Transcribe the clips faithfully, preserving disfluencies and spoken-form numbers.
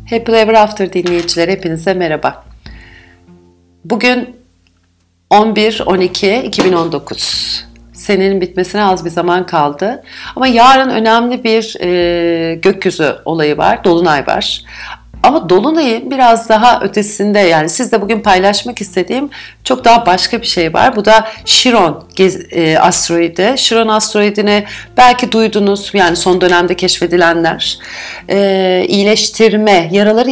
Happily Ever After dinleyiciler, hepinize merhaba. Bugün on bir on iki iki bin on dokuz. Senenin bitmesine az bir zaman kaldı. Ama yarın önemli bir e, gökyüzü olayı var, dolunay var. Ama dolunayın biraz daha ötesinde, yani sizle bugün paylaşmak istediğim çok daha başka bir şey var. Bu da Chiron e, asteroidi. Chiron asteroidini belki duydunuz, yani son dönemde keşfedilenler. E, iyileştirme, yaraları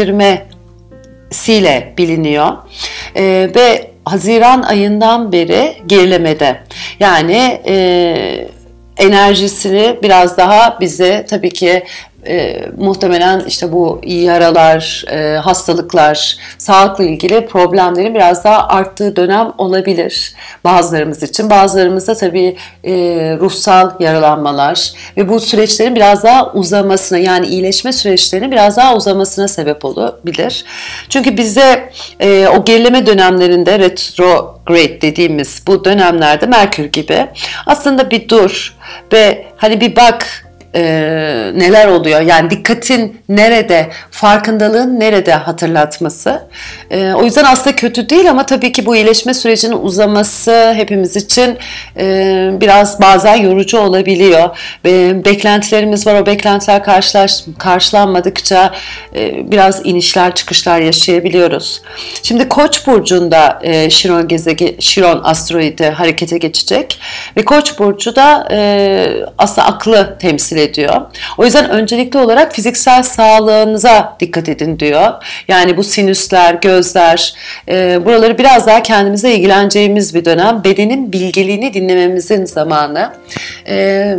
iyileştirmesiyle biliniyor. E, ve Haziran ayından beri gerilemede. Yani e, enerjisini biraz daha bize tabii ki E, muhtemelen işte bu yaralar, e, hastalıklar, sağlıkla ilgili problemlerin biraz daha arttığı dönem olabilir bazılarımız için. Bazılarımızda tabii e, ruhsal yaralanmalar ve bu süreçlerin biraz daha uzamasına, yani iyileşme süreçlerinin biraz daha uzamasına sebep olabilir. Çünkü bize e, o gerileme dönemlerinde, retrograde dediğimiz bu dönemlerde Merkür gibi aslında bir dur ve hani bir bak, Ee, neler oluyor, yani dikkatin nerede, farkındalığın nerede hatırlatması. Ee, o yüzden aslında kötü değil, ama tabii ki bu iyileşme sürecinin uzaması hepimiz için e, biraz bazen yorucu olabiliyor. Be, beklentilerimiz var, o beklentiler karşılaş, karşılanmadıkça e, biraz inişler çıkışlar yaşayabiliyoruz. Şimdi Koç burcunda e, Chiron gezegen, Chiron asteroidi harekete geçecek ve Koç burcu da e, aslında aklı temsil ediyor. O yüzden öncelikli olarak fiziksel sağlığınıza dikkat edin diyor. Yani bu sinüsler, gözler, e, buraları biraz daha kendimize ilgileneceğimiz bir dönem. Bedenin bilgeliğini dinlememizin zamanı. E,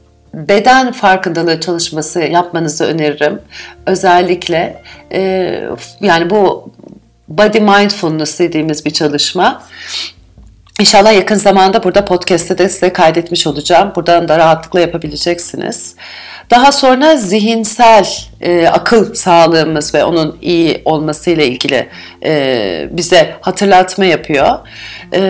beden farkındalığı çalışması yapmanızı öneririm. Özellikle e, yani bu body mindfulness dediğimiz bir çalışma. İnşallah yakın zamanda burada podcast'te de size kaydetmiş olacağım. Buradan da rahatlıkla yapabileceksiniz. Daha sonra zihinsel, e, akıl sağlığımız ve onun iyi olmasıyla ilgili e, bize hatırlatma yapıyor. E,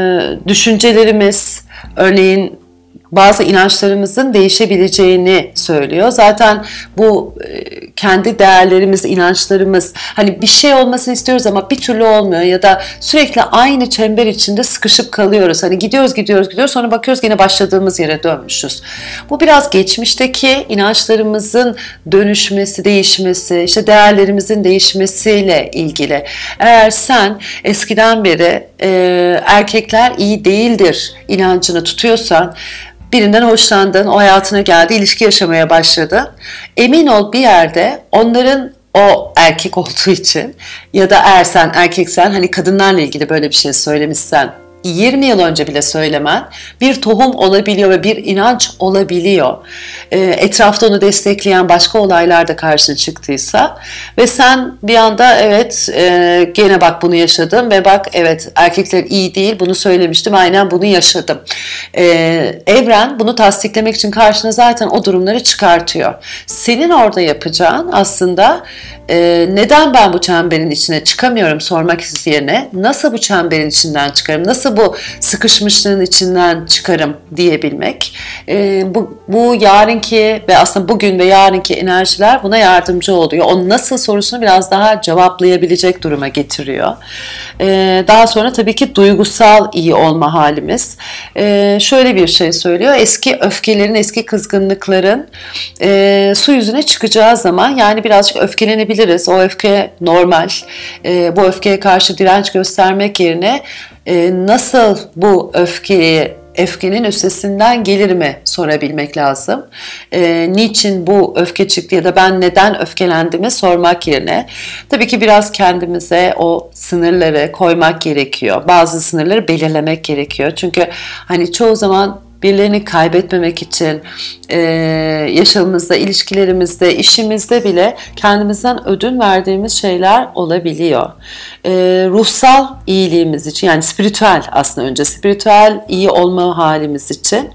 düşüncelerimiz, örneğin bazı inançlarımızın değişebileceğini söylüyor. Zaten bu kendi değerlerimiz, inançlarımız, hani bir şey olmasını istiyoruz ama bir türlü olmuyor ya da sürekli aynı çember içinde sıkışıp kalıyoruz. Hani gidiyoruz, gidiyoruz, gidiyoruz, sonra bakıyoruz yine başladığımız yere dönmüşüz. Bu biraz geçmişteki inançlarımızın dönüşmesi, değişmesi, işte değerlerimizin değişmesiyle ilgili. Eğer sen eskiden beri e, erkekler iyi değildir inancını tutuyorsan, birinden hoşlandın, o hayatına geldi, ilişki yaşamaya başladı. Emin ol bir yerde onların, o erkek olduğu için ya da eğer sen erkeksen, hani kadınlarla ilgili böyle bir şey söylemişsen, yirmi yıl önce bile söylemen bir tohum olabiliyor ve bir inanç olabiliyor. E, etrafta onu destekleyen başka olaylar da karşına çıktıysa ve sen bir anda evet e, gene bak bunu yaşadım ve bak evet erkekler iyi değil, bunu söylemiştim, aynen bunu yaşadım. E, evren bunu tasdiklemek için karşına zaten o durumları çıkartıyor. Senin orada yapacağın aslında e, neden ben bu çemberin içine çıkamıyorum sormak yerine, nasıl bu çemberin içinden çıkarım, nasıl bu sıkışmışlığın içinden çıkarım diyebilmek. E, bu, bu yarınki ve aslında bugün ve yarınki enerjiler buna yardımcı oluyor. O nasıl sorusunu biraz daha cevaplayabilecek duruma getiriyor. E, daha sonra tabii ki duygusal iyi olma halimiz. E, şöyle bir şey söylüyor. Eski öfkelerin, eski kızgınlıkların e, su yüzüne çıkacağı zaman, yani birazcık öfkelenebiliriz. O öfke normal. E, bu öfkeye karşı direnç göstermek yerine e, nasıl bu öfkeyi, öfkenin üstesinden gelir mi sorabilmek lazım. E, niçin bu öfke çıktı ya da ben neden öfkelendiğimi sormak yerine tabii ki biraz kendimize o sınırları koymak gerekiyor. Bazı sınırları belirlemek gerekiyor. Çünkü hani çoğu zaman birilerini kaybetmemek için e, yaşamımızda, ilişkilerimizde, işimizde bile kendimizden ödün verdiğimiz şeyler olabiliyor. E, ruhsal iyiliğimiz için, yani spiritüel, aslında önce spiritüel iyi olma halimiz için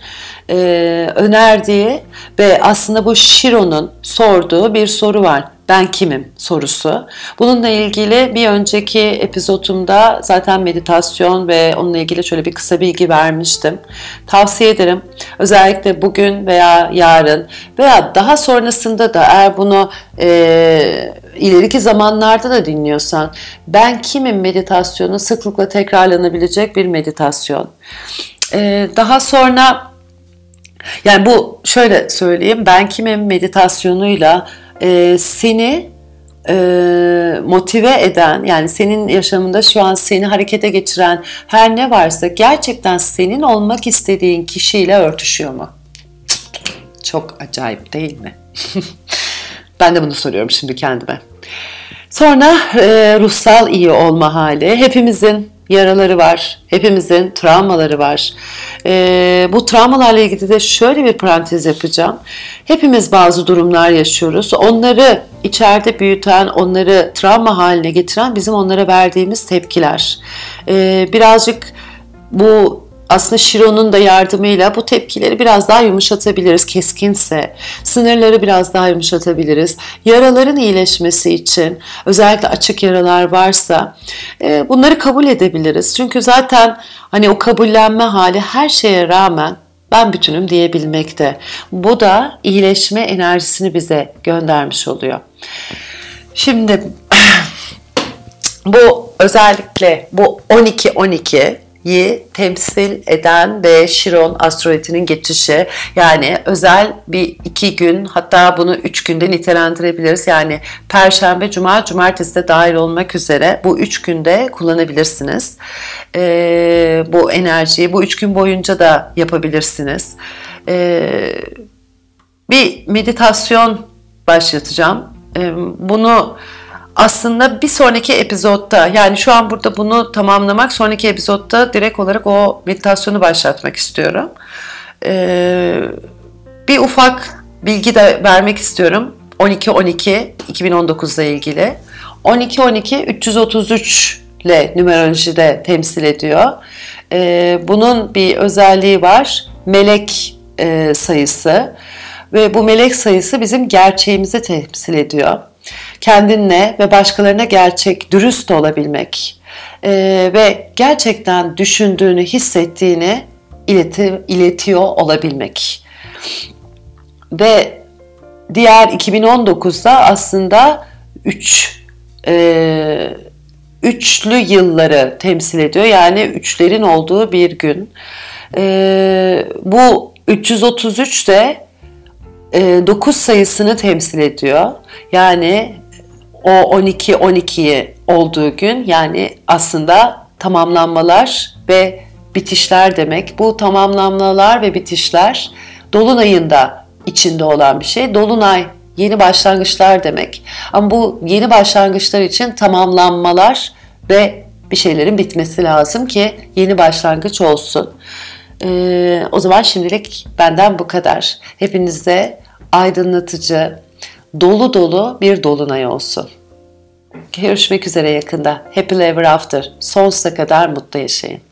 e, önerdiği ve aslında bu Chiron'un sorduğu bir soru var. Ben kimim sorusu. Bununla ilgili bir önceki epizodumda zaten meditasyon ve onunla ilgili şöyle bir kısa bilgi vermiştim. Tavsiye ederim. Özellikle bugün veya yarın veya daha sonrasında da eğer bunu e, ileriki zamanlarda da dinliyorsan, ben kimim meditasyonu sıklıkla tekrarlanabilecek bir meditasyon. E, daha sonra yani bu şöyle söyleyeyim, ben kimim meditasyonuyla e, seni e, motive eden, yani senin yaşamında şu an seni harekete geçiren her ne varsa gerçekten senin olmak istediğin kişiyle örtüşüyor mu? Çok acayip değil mi? Ben de bunu soruyorum şimdi kendime. Sonra e, ruhsal iyi olma hali. Hepimizin yaraları var. Hepimizin travmaları var. E, bu travmalarla ilgili de şöyle bir parantez yapacağım. Hepimiz bazı durumlar yaşıyoruz. Onları içeride büyüten, onları travma haline getiren bizim onlara verdiğimiz tepkiler. E, birazcık bu aslında Chiron'un da yardımıyla bu tepkileri biraz daha yumuşatabiliriz keskinse. Sınırları biraz daha yumuşatabiliriz. Yaraların iyileşmesi için özellikle açık yaralar varsa e, bunları kabul edebiliriz. Çünkü zaten hani o kabullenme hali her şeye rağmen ben bütünüm diyebilmekte. Bu da iyileşme enerjisini bize göndermiş oluyor. Şimdi bu özellikle bu on iki on iki temsil eden ve Chiron astrolojinin geçişi, yani özel bir iki gün, hatta bunu üç günde nitelendirebiliriz. Yani Perşembe, Cuma, Cumartesi de dahil olmak üzere bu üç günde kullanabilirsiniz. Ee, bu enerjiyi bu üç gün boyunca da yapabilirsiniz. Ee, bir meditasyon başlatacağım. Ee, bunu aslında bir sonraki epizodda, yani şu an burada bunu tamamlamak, sonraki epizodda direkt olarak o meditasyonu başlatmak istiyorum. Ee, bir ufak bilgi de vermek istiyorum. on iki on iki iki bin on dokuz ile ilgili. on iki on iki üç yüz otuz üç ile numerolojide temsil ediyor. Ee, bunun bir özelliği var. Melek e, sayısı ve bu melek sayısı bizim gerçeğimizi temsil ediyor. Kendinle ve başkalarına gerçek, dürüst olabilmek ee, ve gerçekten düşündüğünü, hissettiğini ileti, iletiyor olabilmek. Ve diğer iki bin on dokuzda aslında üç, e, üçlü yılları temsil ediyor. Yani üçlerin olduğu bir gün. E, bu üç yüz otuz üç de dokuz sayısını temsil ediyor. Yani o on iki on ikiyi olduğu gün, yani aslında tamamlanmalar ve bitişler demek. Bu tamamlanmalar ve bitişler Dolunay'ın da içinde olan bir şey. Dolunay yeni başlangıçlar demek. Ama bu yeni başlangıçlar için tamamlanmalar ve bir şeylerin bitmesi lazım ki yeni başlangıç olsun. Ee, o zaman şimdilik benden bu kadar. Hepinize aydınlatıcı, dolu dolu bir dolunay olsun. Görüşmek üzere yakında. Happy Ever After. Sonsuza kadar mutlu yaşayın.